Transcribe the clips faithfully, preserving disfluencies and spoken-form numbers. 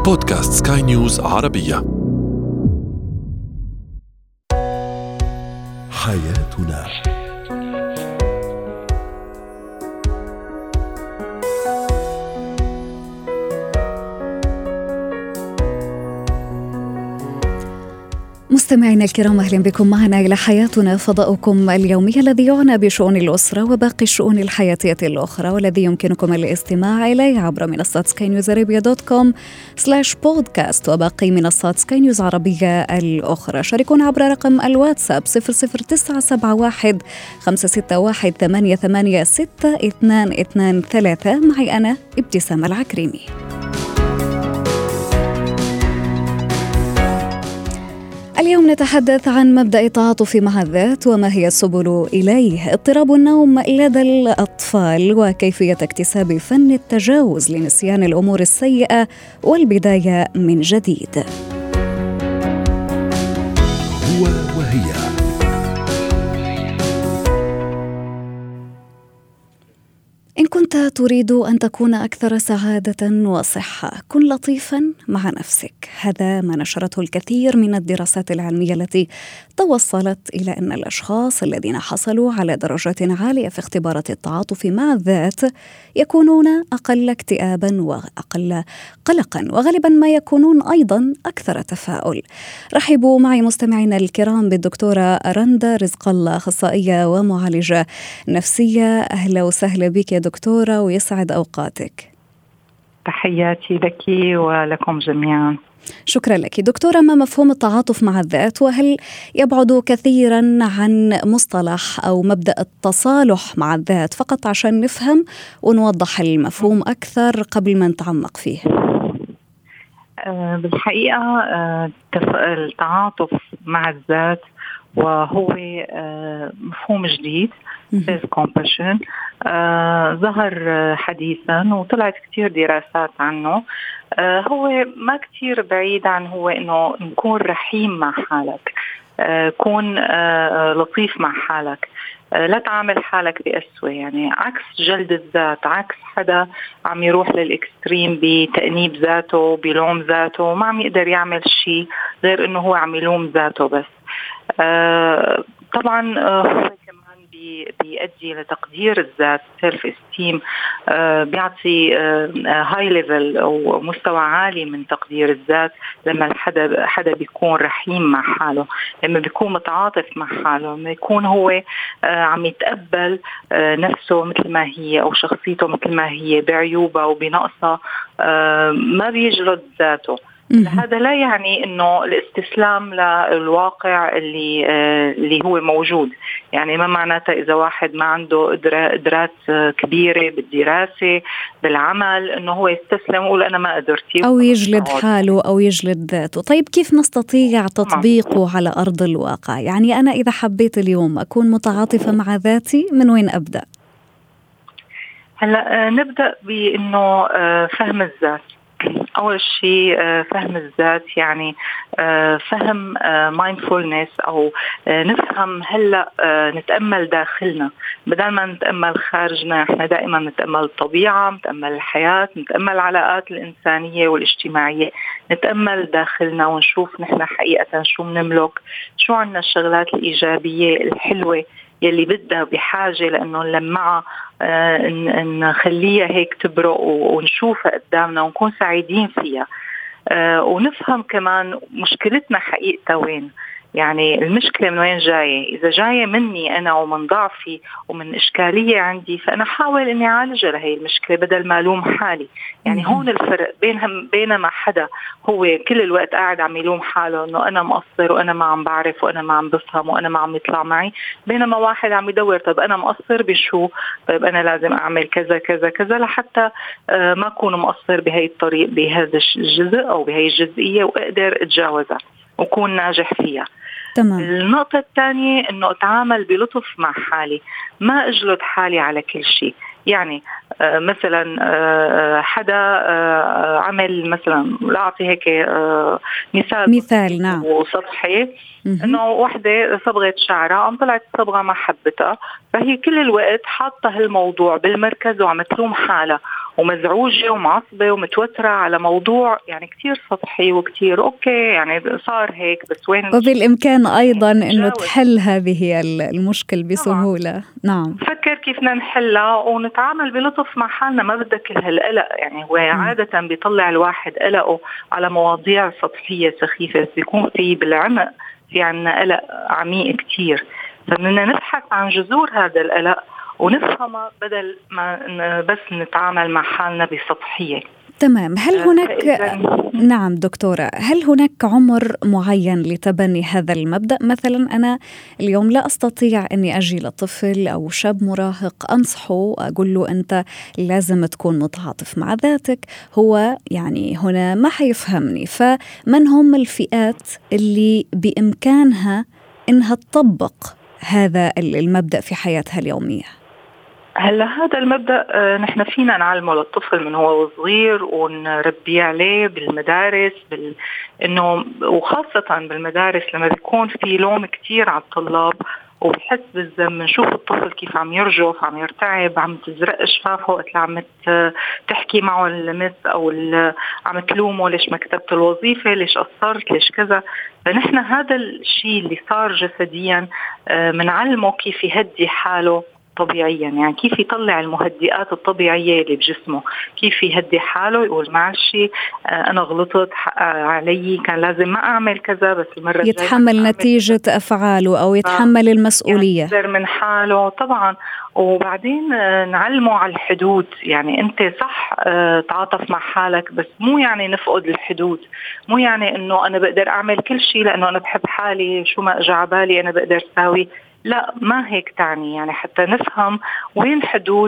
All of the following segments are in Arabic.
بودكاست سكاي نيوز عربية. حياتنا. مستمعينا الكرام، أهلا بكم معنا إلى حياتنا، فضاؤكم اليومي الذي يعنى بشؤون الأسرة وباقي الشؤون الحياتية الأخرى، والذي يمكنكم الاستماع إليه عبر منصات سكاي نيوز عربية دوت كوم سلاش بودكاست وباقي منصات سكاي نيوز عربية الأخرى. شاركونا عبر رقم الواتساب صفر صفر تسعة سبعة واحد خمسة ستة واحد ثمانية ثمانية ستة اثنان اثنان ثلاثة. معي أنا ابتسام العكريمي. اليوم نتحدث عن مبدأ التعاطف مع الذات وما هي السبل إليه، اضطراب النوم لدى الأطفال وكيفية اكتساب فن التجاوز لنسيان الأمور السيئة والبداية من جديد. هو وهي. إن كنت تريد أن تكون أكثر سعادة وصحة، كن لطيفاً مع نفسك. هذا ما نشرته الكثير من الدراسات العلمية التي توصلت إلى أن الأشخاص الذين حصلوا على درجات عالية في اختبارات التعاطف مع الذات يكونون أقل اكتئاباً وأقل قلقاً، وغالباً ما يكونون أيضاً أكثر تفاؤل. رحبوا معي مستمعينا الكرام بالدكتورة رندا رزق الله، أخصائية ومعالجة نفسية. أهلا وسهلا بك يا دكتورة ويسعد أوقاتك. تحياتي لك ولكم جميعا. شكرا لك دكتورة. ما مفهوم التعاطف مع الذات، وهل يبعد كثيرا عن مصطلح أو مبدأ التصالح مع الذات؟ فقط عشان نفهم ونوضح المفهوم أكثر قبل ما نتعمق فيه. أه بالحقيقة أه التعاطف مع الذات وهو أه مفهوم جديد self-compassion آه، ظهر حديثا وطلعت كتير دراسات عنه. آه، هو ما كتير بعيد عن هو إنه نكون رحيم مع حالك، آه، كون آه، لطيف مع حالك، آه، لا تعامل حالك بأسوأ، يعني عكس جلد الذات، عكس حدا عم يروح للإكستريم بتأنيب ذاته بلوم ذاته، ما عم يقدر يعمل شيء غير إنه هو عم يلوم ذاته بس. آه، طبعا آه، هو بيؤدي لتقدير الذات سيلف استيم، آه بيعطي هاي آه ليفل او مستوى عالي من تقدير الذات لما حدا حدا بيكون رحيم مع حاله، لما بيكون متعاطف مع حاله، لما يكون هو آه عم يتقبل آه نفسه مثل ما هي او شخصيته مثل ما هي بعيوبها وبنقصها، آه ما بيجلد ذاته. هذا لا يعني إنه الاستسلام للواقع اللي آه اللي هو موجود، يعني ما معناته إذا واحد ما عنده قدرات كبيرة بالدراسة بالعمل إنه هو يستسلم ويقول أنا ما قدرت أو يجلد حاله أو يجلد ذاته. طيب كيف نستطيع تطبيقه على أرض الواقع؟ يعني أنا إذا حبيت اليوم أكون متعاطفة مع ذاتي، من وين أبدأ؟ هلأ نبدأ بإنه فهم الذات. أول شيء فهم الذات يعني فهم mindfulness أو نفهم هلأ نتأمل داخلنا بدل ما نتأمل خارجنا. احنا دائما نتأمل الطبيعة، نتأمل الحياة، نتأمل العلاقات الإنسانية والاجتماعية، نتأمل داخلنا ونشوف نحن حقيقة شو بنملك، شو عنا الشغلات الإيجابية الحلوة يلي بدها بحاجة لأنه نلمعها، آه نخليها هيك تبرق ونشوفها قدامنا ونكون سعيدين فيها، آه ونفهم كمان مشكلتنا حقيقتها وين، يعني المشكلة من وين جاية. إذا جاية مني أنا ومن ضعفي ومن إشكالية عندي، فأنا حاول إني أعالجها لهي المشكلة بدل ما ألوم حالي. يعني هون الفرق بينهم بينما حدا هو كل الوقت قاعد عم يلوم حاله إنه أنا مقصر وأنا ما عم بعرف وأنا ما عم بفهم وأنا ما عم يطلع معي، بينما واحد عم يدور طب أنا مقصر بشو، طيب أنا لازم أعمل كذا كذا كذا لحتى آه ما أكون مقصر بهاي الطريق بهذا الجزء أو بهاي الجزئية وأقدر أتجاوزها وأكون ناجح فيها. تمام. النقطة الثانية إنه أتعامل بلطف مع حالي، ما أجلد حالي على كل شيء. يعني آه مثلا آه حدا آه عمل مثلا، لا أعطي هيك آه مثال مثال نعم وسطحي، إنه واحدة صبغت شعرها قام طلعت صبغة ما حبتها، فهي كل الوقت حاطة هالموضوع بالمركز وعم تلوم حالها ومزعوجة ومعصبة ومتوترة على موضوع يعني كتير سطحي وكتير أوكي يعني صار هيك، بس وين وبالإمكان أيضا أنه تحل هذه المشكل بسهولة. نعم، نفكر كيف بدنا نحلها ونتعامل بلطف مع حالنا، ما بدك كل هالقلق. يعني هو عادة بيطلع الواحد قلقه على مواضيع سطحية سخيفة، بس بيكون في بالعمق في عنا قلق عميق كتير، فبدنا نبحث عن جذور هذا القلق ونفهمها بدل ما بس نتعامل مع حالنا بسطحية. تمام. هل هناك نعم دكتورة، هل هناك عمر معين لتبني هذا المبدأ؟ مثلا أنا اليوم لا أستطيع أني أجي لطفل أو شاب مراهق أنصحه أقول له أنت لازم تكون متعاطف مع ذاتك، هو يعني هنا ما حيفهمني. فمن هم الفئات اللي بإمكانها أنها تطبق هذا المبدأ في حياتها اليومية؟ هلا هذا المبدأ آه نحن فينا نعلمه للطفل من هو صغير ونربيه عليه بالمدارس بال... إنه وخاصة بالمدارس لما بيكون في لوم كتير على الطلاب وبحس بالذنب، نشوف الطفل كيف عم يرجف، عم يرتعب، عم تزرق شفافه وقت عم تحكي معه المس أو عم تلومه ليش ما كتبت الوظيفة، ليش قصرت، ليش كذا. فنحن هذا الشيء اللي صار جسديا آه منعلمه كيف يهدي حاله طبيعيا، يعني كيف يطلع المهدئات الطبيعية اللي بجسمه، كيف يهدي حاله، يقول معلش أنا غلطت علي، كان لازم ما أعمل كذا، بس المرة الجاية يتحمل نتيجة أفعاله أو يتحمل المسؤولية، يقدر من حاله طبعا. وبعدين نعلمه على الحدود، يعني أنت صح تعاطف مع حالك، بس مو يعني نفقد الحدود، مو يعني أنه أنا بقدر أعمل كل شيء لأنه أنا بحب حالي، شو ما أجى عبالي أنا بقدر أساوي. لا، ما هيك تعني، يعني حتى نفهم وين حدود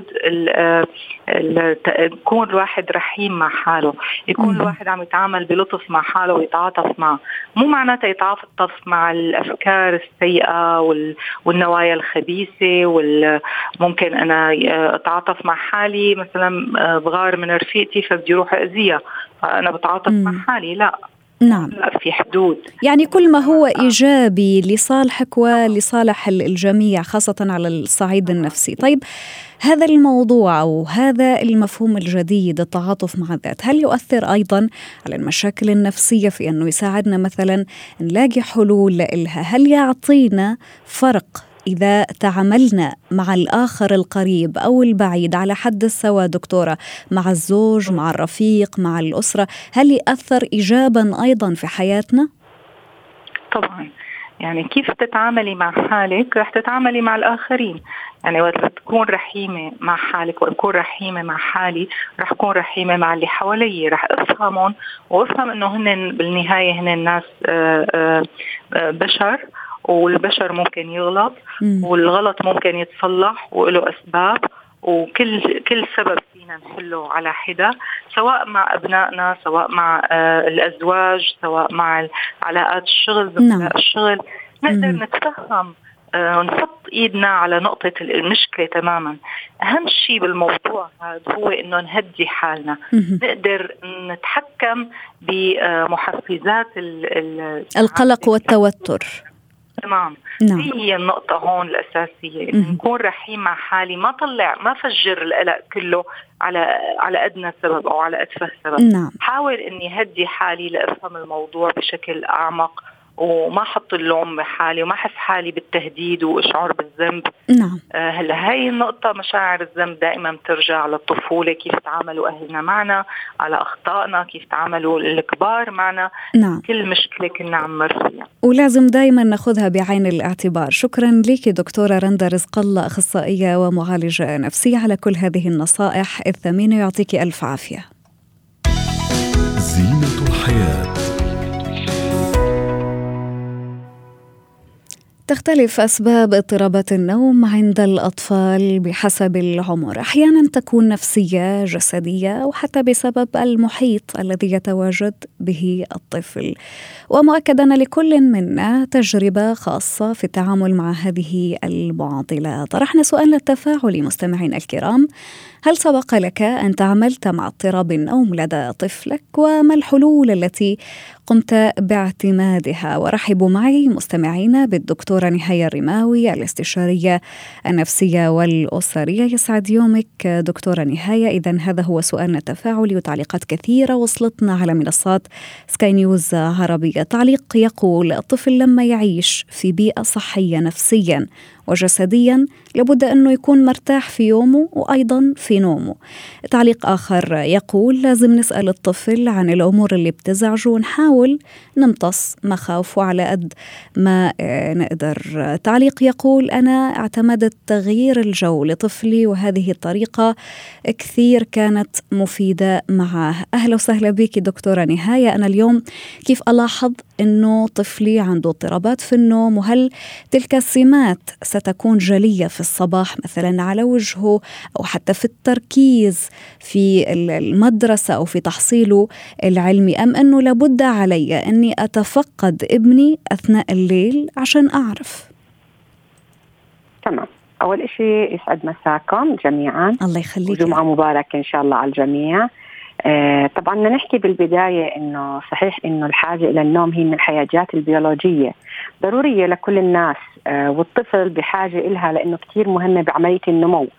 يكون الواحد رحيم مع حاله، يكون الواحد عم يتعامل بلطف مع حاله ويتعاطف معه. مو معناته يتعاطف مع الأفكار السيئة والنوايا الخبيثة، وممكن أنا أتعاطف مع حالي مثلا بغار من رفيقتي فبدي روح أذيها فأنا بتعاطف مع حالي. لا، نعم، في حدود، يعني كل ما هو إيجابي لصالحك ولصالح الجميع، خاصة على الصعيد النفسي. طيب، هذا الموضوع أو هذا المفهوم الجديد التعاطف مع الذات، هل يؤثر أيضا على المشاكل النفسية في أنه يساعدنا مثلا نلاقي حلول لها؟ هل يعطينا فرق إذا تعاملنا مع الآخر القريب أو البعيد على حد السواء دكتورة، مع الزوج، مع الرفيق، مع الأسرة، هل يأثر إيجابا أيضا في حياتنا؟ طبعا، يعني كيف تتعاملي مع حالك رح تتعاملي مع الآخرين. يعني وقت تكون رحيمة مع حالك وأكون رحيمة مع حالي رح أكون رحيمة مع اللي حوالي، رح أفهمهم وأفهم أنه هن بالنهاية هن الناس بشر، والبشر ممكن يغلط والغلط ممكن يتصلح وله أسباب، وكل كل سبب فينا نحله على حدة، سواء مع أبنائنا، سواء مع آه الأزواج، سواء مع علاقات الشغل، زملاء الشغل، نقدر مم. نتفهم آه ونحط إيدنا على نقطة المشكلة تماما. أهم شيء بالموضوع هذا هو إنه نهدي حالنا، مم. نقدر نتحكم بمحفزات القلق والتوتر. تمام، نعم. هي النقطة هون الأساسية، إن نكون رحيم مع حالي، ما طلع ما فجر القلق كله على على أدنى سبب أو على أتفه سبب. نعم. حاول إني هدي حالي لأفهم الموضوع بشكل أعمق، وما حط اللوم بحالي، وما حس حالي بالتهديد وإشعار بالذنب. نعم. آه هلا هاي النقطة، مشاعر الذنب دائما بترجع على الطفولة، كيف تعاملوا أهلنا معنا، على أخطائنا، كيف تعاملوا الكبار معنا. نعم. كل مشكلة كنا عم نمر فيها، ولازم دائما ناخذها بعين الاعتبار. شكرا لك دكتورة رندا رزق الله، أخصائية ومعالجة نفسية، على كل هذه النصائح الثمينة، يعطيك ألف عافية. زينة الحياة. تختلف أسباب اضطرابات النوم عند الأطفال بحسب العمر، أحيانا تكون نفسية، جسدية، أو حتى بسبب المحيط الذي يتواجد به الطفل. ومؤكد أن لكل منا تجربة خاصة في التعامل مع هذه المعضلة. طرحنا سؤال التفاعل مستمعين الكرام: هل سبق لك أن تعاملت مع اضطراب النوم لدى طفلك؟ وما الحلول التي قمت باعتمادها. ورحبوا معي مستمعينا بالدكتورة نهاية الرماوي، الاستشارية النفسية والأسرية. يسعد يومك دكتورة نهاية. إذن هذا هو سؤالنا التفاعلي وتعليقات كثيرة وصلتنا على منصات سكاي نيوز عربية. تعليق يقول: الطفل لما يعيش في بيئة صحية نفسيا وجسديا لابد أنه يكون مرتاح في يومه وأيضا في نومه. تعليق آخر يقول: لازم نسأل الطفل عن الأمور اللي بتزعجه ونحاول نمتص مخاوفه على قد ما نقدر. تعليق يقول: أنا اعتمدت تغيير الجو لطفلي وهذه الطريقة كثير كانت مفيدة معه. أهلا وسهلا بك دكتورة نهاية. أنا اليوم كيف ألاحظ أنه طفلي عنده اضطرابات في النوم، وهل تلك السمات ستكون جلية في الصباح مثلا على وجهه أو حتى في التركيز في المدرسة أو في تحصيله العلمي، أم أنه لابد علي أني أتفقد ابني أثناء الليل عشان أعرف؟ تمام. أول إشي يسعد مساكم جميعا. الله يخليك. وجمعة مباركة إن شاء الله على الجميع. آه طبعا نحكي بالبداية إنه صحيح إنه الحاجة إلى النوم هي من الحياجات البيولوجية ضرورية لكل الناس، آه والطفل بحاجة إلها لأنه كتير مهمة بعملية النمو،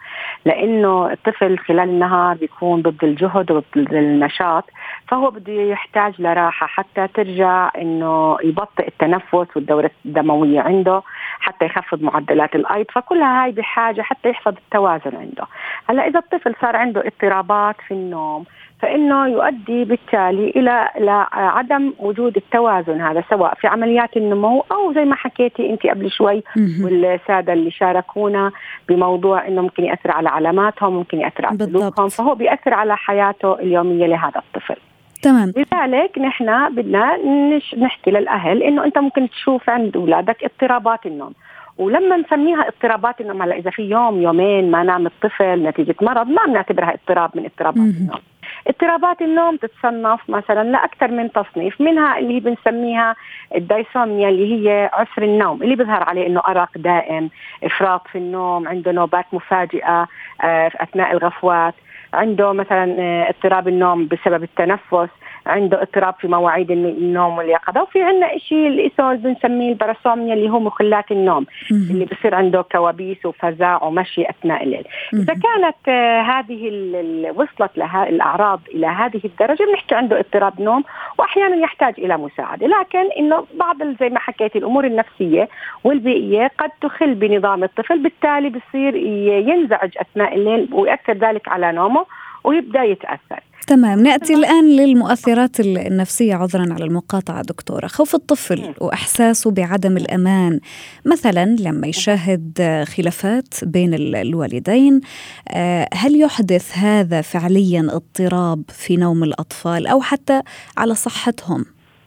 لأنه الطفل خلال النهار بيكون ضد الجهد وضد النشاط، فهو بده يحتاج لراحة حتى ترجع إنه يبطئ التنفس والدورة الدموية عنده، حتى يخفض معدلات الأيض، فكلها هاي بحاجة حتى يحفظ التوازن عنده. هلا إذا الطفل صار عنده اضطرابات في النوم فإنه يؤدي بالتالي إلى عدم وجود التوازن هذا، سواء في عمليات النمو أو زي ما حكيتي أنت قبل شوي والسادة اللي شاركونا بموضوع إنه ممكن يأثر على علاماتهم، ممكن يأثر على سلوكهم، فهو بيأثر على حياته اليومية لهذا الطفل. تمام. لذلك نحن بدنا نحكي للأهل إنه أنت ممكن تشوف عند أولادك اضطرابات النوم، ولما نسميها اضطرابات النوم، هلا إذا في يوم يومين ما نام الطفل نتيجة مرض ما بنعتبرها اضطراب من اضطرابات النوم. اضطرابات النوم تتصنف مثلا لأكثر من تصنيف، منها اللي بنسميها الدايسومنيا اللي هي عسر النوم، اللي بيظهر عليه إنه أرق دائم، إفراط في النوم، عنده نوبات مفاجئة أثناء الغفوات، عنده مثلا اضطراب النوم بسبب التنفس، عنده اضطراب في مواعيد النوم واليقظة، وفي عندنا إشي اللي اسمه بنسميه الباراسومنيا اللي هو مخلات النوم اللي بصير عنده كوابيس وفزاع ومشي أثناء الليل. إذا كانت هذه وصلت لها الأعراض إلى هذه الدرجة بنحكي عنده اضطراب نوم، وأحيانا يحتاج إلى مساعدة، لكن إنه بعض زي ما حكيت الأمور النفسية والبيئية قد تخل بنظام الطفل، بالتالي بصير ينزعج أثناء الليل ويؤثر ذلك على نومه ويبدأ يتأثر. تمام. نأتي الآن للمؤثرات النفسية. عذرا على المقاطعة دكتورة. خوف الطفل وإحساسه بعدم الأمان مثلا لما يشاهد خلافات بين الوالدين، هل يحدث هذا فعليا اضطراب في نوم الأطفال أو حتى على صحتهم؟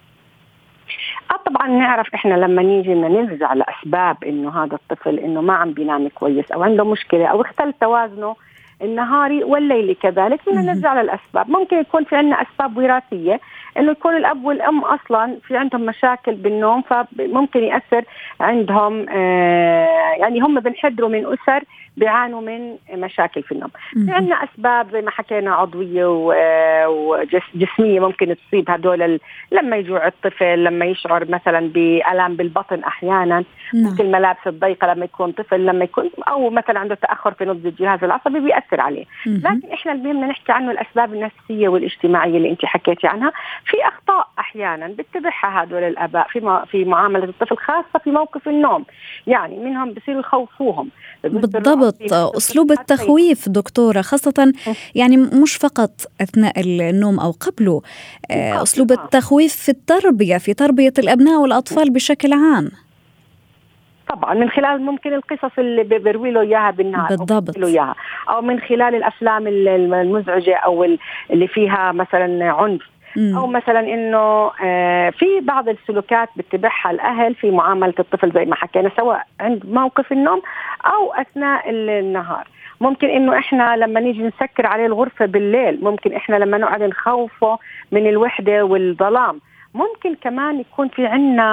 طبعا نعرف إحنا لما نيجي ننزع لأسباب إنه هذا الطفل إنه ما عم بينام كويس أو عنده مشكلة أو اختل توازنه النهاري والليلي كذلك، بدنا نرجع للأسباب. ممكن يكون في عندنا أسباب وراثية، إنه يكون الأب والأم أصلاً في عندهم مشاكل بالنوم، فممكن يأثر عندهم آه يعني هم بنحدروا من أسر بيعانوا من مشاكل في النوم. في عندنا أسباب زي ما حكينا عضوية وجسمية ممكن تصيب هدول لما يجوع الطفل، لما يشعر مثلا بألم بالبطن أحيانا، ممكن الملابس الضيقة لما يكون طفل، لما يكون أو مثلا عنده تأخر في نضج الجهاز العصبي بيأثر عليه. لكن إحنا المهم نحكي عنه الأسباب النفسية والاجتماعية اللي أنت حكيتي عنها. في أخطاء أحيانا بتتبعها هدول الآباء في في معاملة الطفل، خاصة في موقف النوم، يعني منهم بصيروا يخوفوهم. بالضبط. أسلوب التخويف دكتورة، خاصة يعني مش فقط أثناء النوم أو قبله، أسلوب التخويف في التربية، في تربية الأبناء والأطفال بشكل عام. طبعا من خلال ممكن القصص اللي بيروي له إياها بالنهار بالضبط، أو, إياها أو من خلال الأفلام المزعجة أو اللي فيها مثلا عنف، أو مثلا إنه في بعض السلوكات بتتبعها الأهل في معاملة الطفل زي ما حكينا، سواء عند موقف النوم أو أثناء النهار. ممكن إنه إحنا لما نيجي نسكر عليه الغرفة بالليل، ممكن إحنا لما نقعد نخوفه من الوحدة والظلام، ممكن كمان يكون في عنا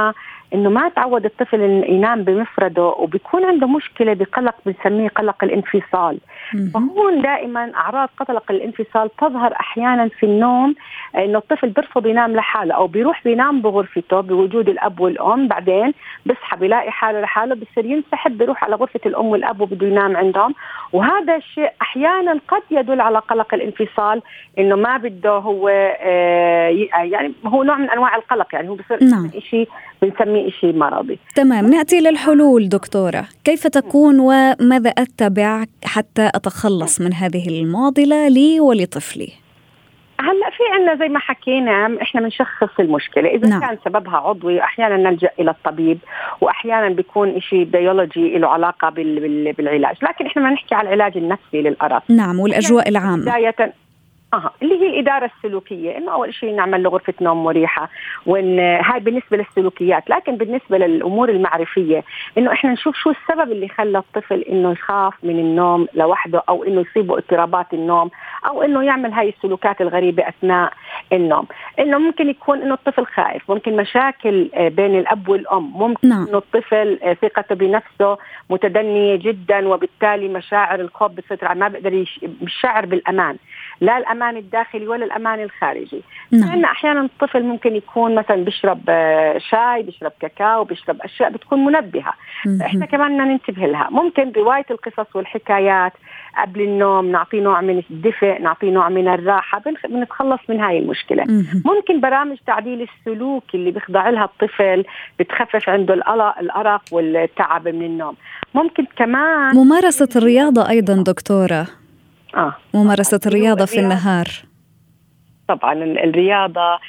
إنه ما تعود الطفل إنه ينام بمفرده وبيكون عنده مشكلة بقلق بنسميه قلق الانفصال. فهون دائما أعراض قلق الانفصال تظهر أحيانا في النوم، إنه الطفل بيرفض ينام لحاله أو بيروح بينام بغرفته بوجود الأب والأم، بعدين بيصحى بيلاقي حاله لحاله بيصير ينسحب بيروح على غرفة الأم والأب وبده ينام عندهم. وهذا الشيء أحيانا قد يدل على قلق الانفصال، إنه ما بده هو آه يعني هو نوع من أنواع القلق، يعني هو بصير نعم. شيء بنسميه شيء مرضي. تمام، نأتي للحلول دكتورة. كيف تكون وماذا أتبع حتى أتخلص من هذه المعضلة لي ولطفلي؟ هلا في عنا زي ما حكينا احنا بنشخص المشكله اذا نعم. كان سببها عضوي احيانا نلجا الى الطبيب، واحيانا بيكون شيء بيولوجي له علاقه بالعلاج، لكن احنا ما نحكي على العلاج النفسي للأرق. نعم، والاجواء العامه بدايه اه اللي هي الإدارة السلوكية، إنه أول شيء نعمل له غرفة نوم مريحة، وإن هاي بالنسبة للسلوكيات. لكن بالنسبة للأمور المعرفية إنه إحنا نشوف شو السبب اللي خلى الطفل إنه يخاف من النوم لوحده، أو إنه يصيبه اضطرابات النوم، أو إنه يعمل هاي السلوكات الغريبة أثناء النوم. إنه ممكن يكون إنه الطفل خايف، ممكن مشاكل بين الأب والأم، ممكن نعم. إنه الطفل ثقته بنفسه متدنية جدا، وبالتالي مشاعر الخوف بتسيطر، ما بيقدر يش... مش شاعر بالأمان، لا الأمان الداخلي ولا الأمان الخارجي. نعم. لأن أحيانا الطفل ممكن يكون مثلا بيشرب شاي، بيشرب كاكاو، بيشرب أشياء بتكون منبهة، فإحنا كمان ننتبه لها. ممكن رواية القصص والحكايات قبل النوم نعطيه نوع من الدفء، نعطيه نوع من الراحة، بنتخلص من هاي المشكلة. ممكن برامج تعديل السلوك اللي بيخضع لها الطفل بتخفف عنده الأرق والتعب من النوم. ممكن كمان ممارسة الرياضة أيضا دكتورة. آه. ممارسة الرياضة في النهار. طبعا الرياضة،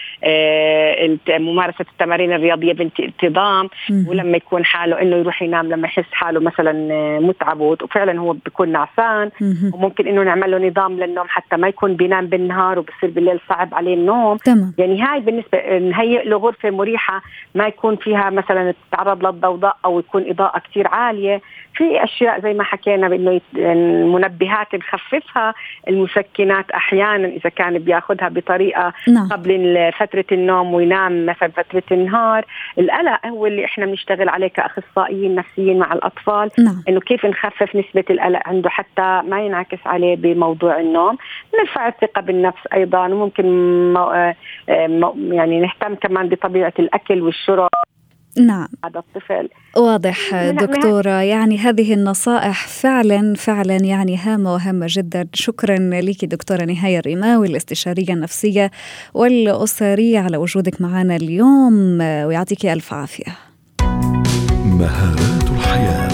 ممارسة التمارين الرياضية بانتظام، ولما يكون حاله إنه يروح ينام لما يحس حاله مثلا متعب وفعلا هو بيكون نعسان، وممكن إنه نعمل له نظام للنوم حتى ما يكون بينام بالنهار وبصير بالليل صعب عليه النوم. تمام. يعني هاي بالنسبة نهيئ له غرفة مريحة ما يكون فيها مثلا تتعرض للضوضاء أو يكون إضاءة كتير عالية. في أشياء زي ما حكينا بإنه المنبهات نخففها، المسكنات أحيانا إذا كان بياخدها بطريقة نعم. قبل فترة النوم وينام مثلا فترة النهار. القلق هو اللي إحنا بنشتغل عليه كأخصائيين نفسيين مع الأطفال، نعم. إنه كيف نخفف نسبة القلق عنده حتى ما ينعكس عليه بموضوع النوم. نرفع الثقة بالنفس أيضا، وممكن مو... يعني نهتم كمان بطبيعة الأكل والشرب. نعم. هذا الطفل واضح دكتورة، يعني هذه النصائح فعلا فعلا يعني هامة وهامة جدا. شكرا لك دكتورة نهاية الرماوي، الاستشارية النفسية والأسرية، على وجودك معنا اليوم، ويعطيك ألف عافية. مهارات الحياة.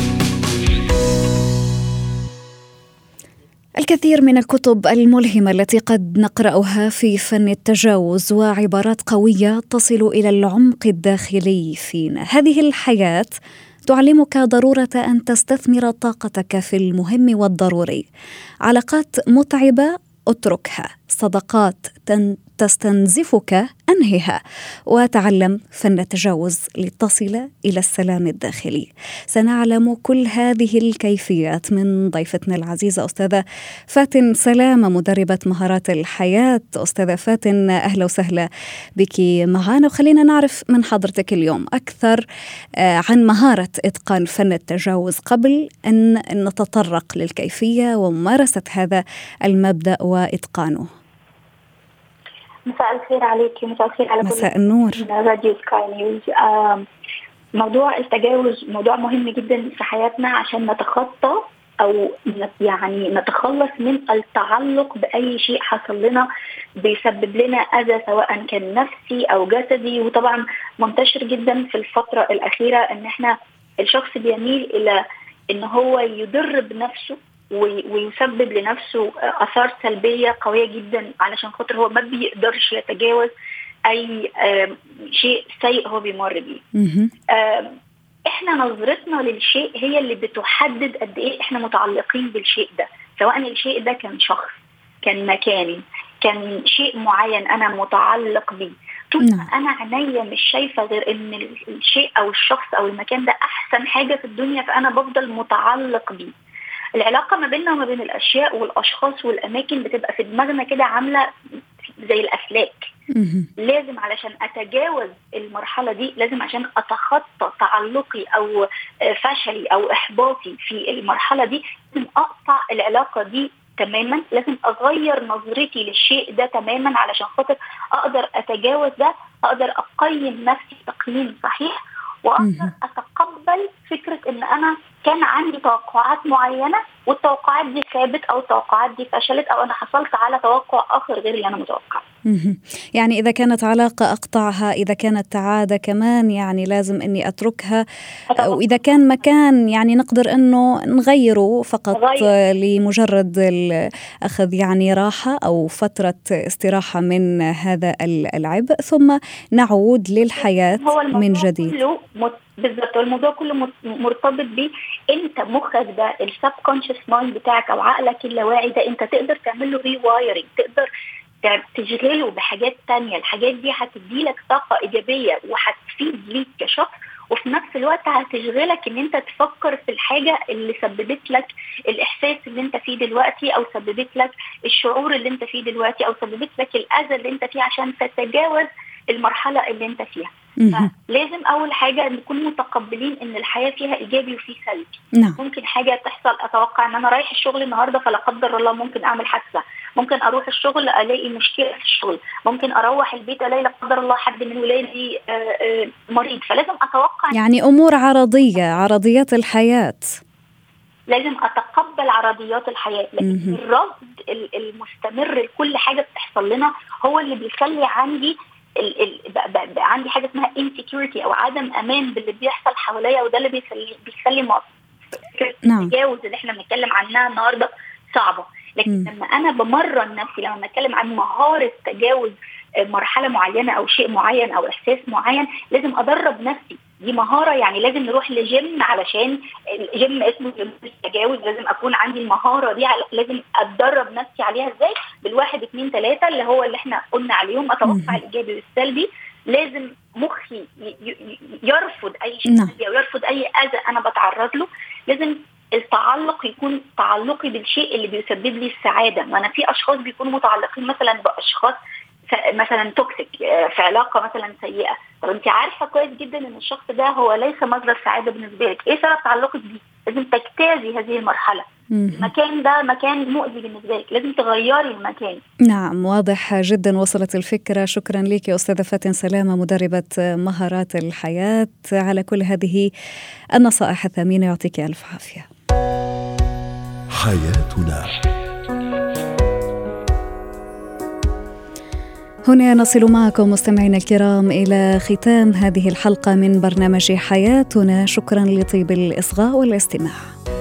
الكثير من الكتب الملهمة التي قد نقرأها في فن التجاوز، وعبارات قوية تصل إلى العمق الداخلي فينا. هذه الحياة تعلمك ضرورة أن تستثمر طاقتك في المهم والضروري. علاقات متعبة اتركها، صداقات تستنزفك أنهها، وتعلم فن التجاوز لتصل إلى السلام الداخلي. سنعلم كل هذه الكيفيات من ضيفتنا العزيزة أستاذة فاتن سلامة، مدربة مهارات الحياة. أستاذة فاتن، أهلا وسهلا بك معنا، وخلينا نعرف من حضرتك اليوم أكثر عن مهارة إتقان فن التجاوز قبل أن نتطرق للكيفية وممارسة هذا المبدأ وإتقانه. مساء الخير عليكي، مساء الخير على مساء النور. راديو سكاي نيوز. موضوع التجاوز موضوع مهم جدا في حياتنا عشان نتخطى أو يعني نتخلص من التعلق بأي شيء حصل لنا بيسبب لنا أذى، سواء كان نفسي أو جسدي. وطبعا منتشر جدا في الفترة الأخيرة إن إحنا الشخص بيميل إلى إن هو يضر بنفسه ويسبب لنفسه آثار سلبية قوية جدا علشان خاطر هو ما بيقدرش يتجاوز أي شيء سيء هو بيمر بيه. إحنا نظرتنا للشيء هي اللي بتحدد قد إيه إحنا متعلقين بالشيء ده، سواء الشيء ده كان شخص، كان مكاني، كان شيء معين أنا متعلق بيه. طول ما أنا عينيا مش شايفة غير إن الشيء أو الشخص أو المكان ده أحسن حاجة في الدنيا، فأنا بفضل متعلق بيه. العلاقة ما بيننا وما بين الأشياء والأشخاص والأماكن بتبقى في دماغنا كده عاملة زي الأسلاك. لازم علشان أتجاوز المرحلة دي، لازم عشان أتخطى تعلقي أو فشلي أو إحباطي في المرحلة دي، لازم أقطع العلاقة دي تماما. لازم أغير نظرتي للشيء ده تماما علشان خاطر أقدر أتجاوز ده، أقدر أقيم نفسي تقييم صحيح، وأقدر أتقبل فكرة إن أنا كان عندي توقعات معينة والتوقعات دي خابت أو التوقعات دي فشلت أو أنا حصلت على توقع آخر غير اللي أنا متوقع. يعني إذا كانت علاقة أقطعها، إذا كانت عادة كمان يعني لازم أني أتركها، أو إذا كان مكان يعني نقدر أنه نغيره فقط غير. لمجرد أخذ يعني راحة أو فترة استراحة من هذا العبء، ثم نعود للحياة من جديد. بالضبط، الموضوع كله مرتبط بيه انت مخك ده السب كونشس مايند بتاعك او عقلك اللاواعي ده، انت تقدر تعمل له ريوايرنج، تقدر تشغله بحاجات تانية. الحاجات دي هتديلك طاقة إيجابية وهتفيد ليك كشخص، وفي نفس الوقت هتشغلك ان انت تفكر في الحاجة اللي سببت لك الإحساس اللي انت فيه دلوقتي، او سببت لك الشعور اللي انت فيه دلوقتي، او سببت لك الأذى اللي انت فيه عشان تتجاوز المرحلة اللي انت فيها. فلازم أول حاجة نكون متقبلين إن الحياة فيها إيجابي وفي سلبي. نعم. ممكن حاجة تحصل، أتوقع إن أنا رايح الشغل النهاردة فلا قدر الله ممكن أعمل حادثة، ممكن أروح الشغل ألاقي مشكلة في الشغل، ممكن أروح البيت ألاقي لا قدر الله حد من ولادي مريض. فلازم أتوقع يعني أمور عرضية، عرضيات الحياة. لازم أتقبل عرضيات الحياة، لكن الرفض المستمر لكل حاجة بتحصل لنا هو اللي بيخلي عندي ال ال ب ب عندي حاجه اسمها insecurity او عدم امان باللي بيحصل حواليا، وده اللي بيخلي بيخلي نعم. التجاوز اللي احنا بنتكلم عنها النهارده صعبه. لكن م. لما انا بمرن نفسي، لما بنتكلم عن مهاره تجاوز مرحله معينه او شيء معين او احساس معين، لازم ادرب نفسي. دي مهاره، يعني لازم نروح لجيم علشان الجيم اسمه التجاوز، لازم اكون عندي المهاره دي، لازم اتدرب نفسي عليها ازاي بالواحد اتنين تلاته اللي هو اللي احنا قلنا عليهم. اتوقع الايجابي والسلبي، لازم مخي يرفض اي شيء سلبي او يرفض اي اذى انا بتعرض له. لازم التعلق يكون تعلقي بالشيء اللي بيسبب لي السعاده. وانا في اشخاص بيكونوا متعلقين مثلا باشخاص مثلا توكسيك في علاقه مثلا سيئه، طب انت عارفه كويس جدا ان الشخص ده هو ليس مصدر سعاده بالنسبه لك، ايه سبب تعلقك بيه؟ لازم تجتازي هذه المرحله. المكان ده مكان مؤذي بالنسبه لك، لازم تغيري المكان. نعم، واضح جدا، وصلت الفكره. شكرا لك يا استاذه فاتن سلامه، مدربه مهارات الحياه، على كل هذه النصائح الثمينه. يعطيك الف عافيه. حياتنا. هنا نصل معكم مستمعينا الكرام إلى ختام هذه الحلقة من برنامج حياتنا. شكرا لطيب الإصغاء والاستماع.